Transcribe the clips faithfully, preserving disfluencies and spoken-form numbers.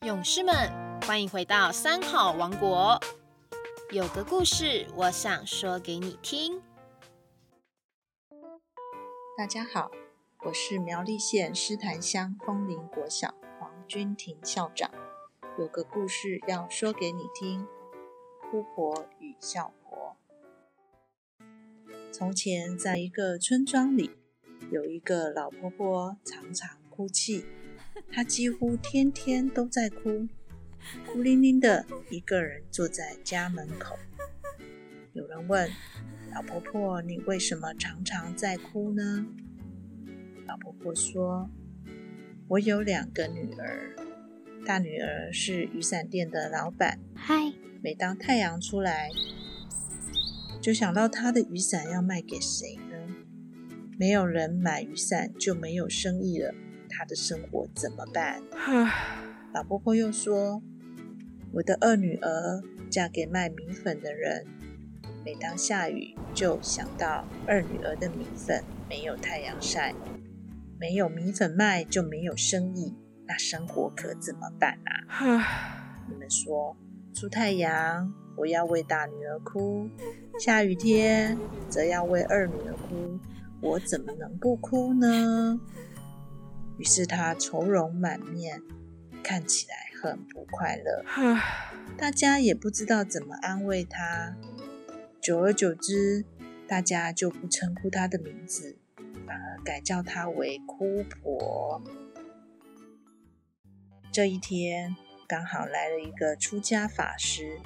勇士们，欢迎回到三好王国。有个故事，我想说给你听。 大家好，我是苗栗县狮潭乡枫林国小黄君婷校长。有个故事要说给你听。姑婆与笑婆。从前，在一个村庄里，有一个老婆婆常常哭泣，她几乎天天都在哭，孤零零的一个人坐在家门口。有人问老婆婆：“你为什么常常在哭呢？”老婆婆说：“我有两个女儿，大女儿是雨伞店的老板， 嗨， 每当太阳出来，就想到她的雨伞要卖给谁呢？没有人买雨伞就没有生意了，她的生活怎么办？”老婆婆又说：“我的二女儿嫁给卖米粉的人，每当下雨就想到二女儿的米粉没有太阳晒，没有米粉卖就没有生意，那生活可怎么办啊？你们说，出太阳我要为大女儿哭，下雨天则要为二女儿哭，我怎么能不哭呢？”于是她愁容满面，看起来很不快乐。大家也不知道怎么安慰她，久而久之，大家就不称呼她的名字，反而改叫她为姑婆。这一天，刚好来了一个出家法师，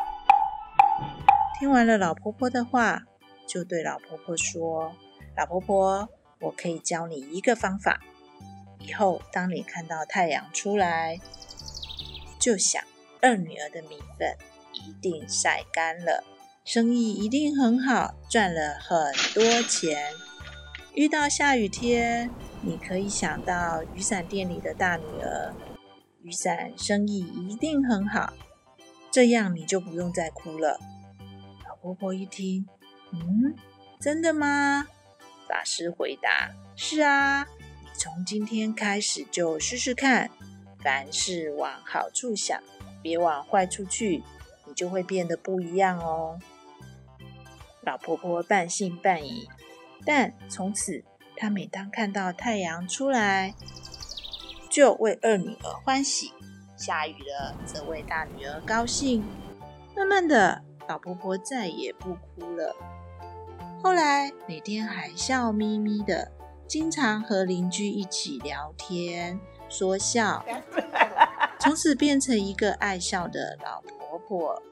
听完了老婆婆的话，就对老婆婆说：“老婆婆，我可以教你一个方法，以后当你看到太阳出来，就想二女儿的米粉一定晒干了，生意一定很好，赚了很多钱。遇到下雨天，你可以想到雨伞店里的大女儿，雨伞生意一定很好，这样你就不用再哭了。”老婆婆一听，嗯，真的吗？法师回答：“是啊，你从今天开始就试试看，凡事往好处想，别往坏处去，你就会变得不一样哦。”老婆婆半信半疑，但从此她每当看到太阳出来，就为二女儿欢喜，下雨了则为大女儿高兴。慢慢的，老婆婆再也不哭了。后来每天还笑眯眯的，经常和邻居一起聊天说笑，从此变成一个爱笑的老婆婆。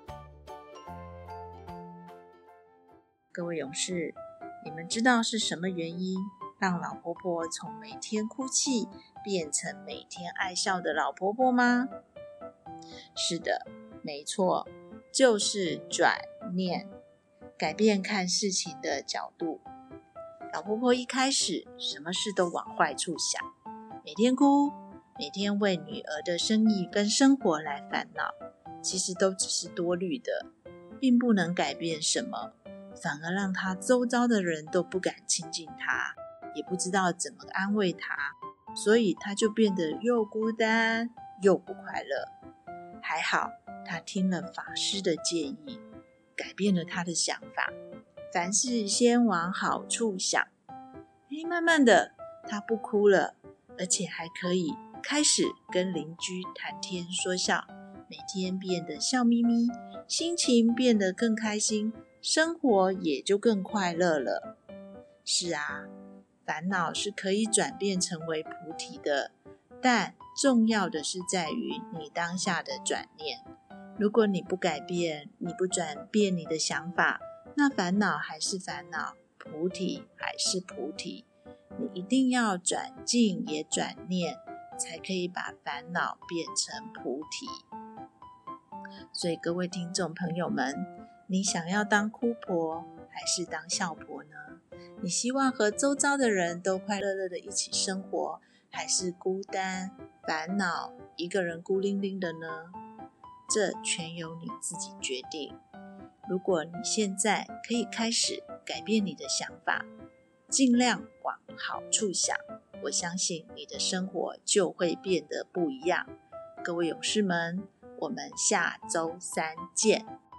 各位勇士，你们知道是什么原因让老婆婆从每天哭泣变成每天爱笑的老婆婆吗？是的，没错，就是转念，改变看事情的角度。老婆婆一开始什么事都往坏处想，每天哭，每天为女儿的生意跟生活来烦恼，其实都只是多虑的，并不能改变什么，反而让她周遭的人都不敢亲近她，也不知道怎么安慰她，所以她就变得又孤单又不快乐。还好她听了法师的建议，改变了她的想法，凡事先往好处想。诶，慢慢的她不哭了，而且还可以开始跟邻居谈天说笑，每天变得笑眯眯，心情变得更开心，生活也就更快乐了。是啊，烦恼是可以转变成为菩提的，但重要的是在于你当下的转念。如果你不改变，你不转变你的想法，那烦恼还是烦恼，菩提还是菩提。你一定要转境也转念，才可以把烦恼变成菩提。所以各位听众朋友们，你想要当哭婆还是当笑婆呢？你希望和周遭的人都快乐乐的一起生活，还是孤单烦恼一个人孤零零的呢？这全由你自己决定。如果你现在可以开始改变你的想法，尽量往好处想，我相信你的生活就会变得不一样。 各位勇士们，我们下周三见。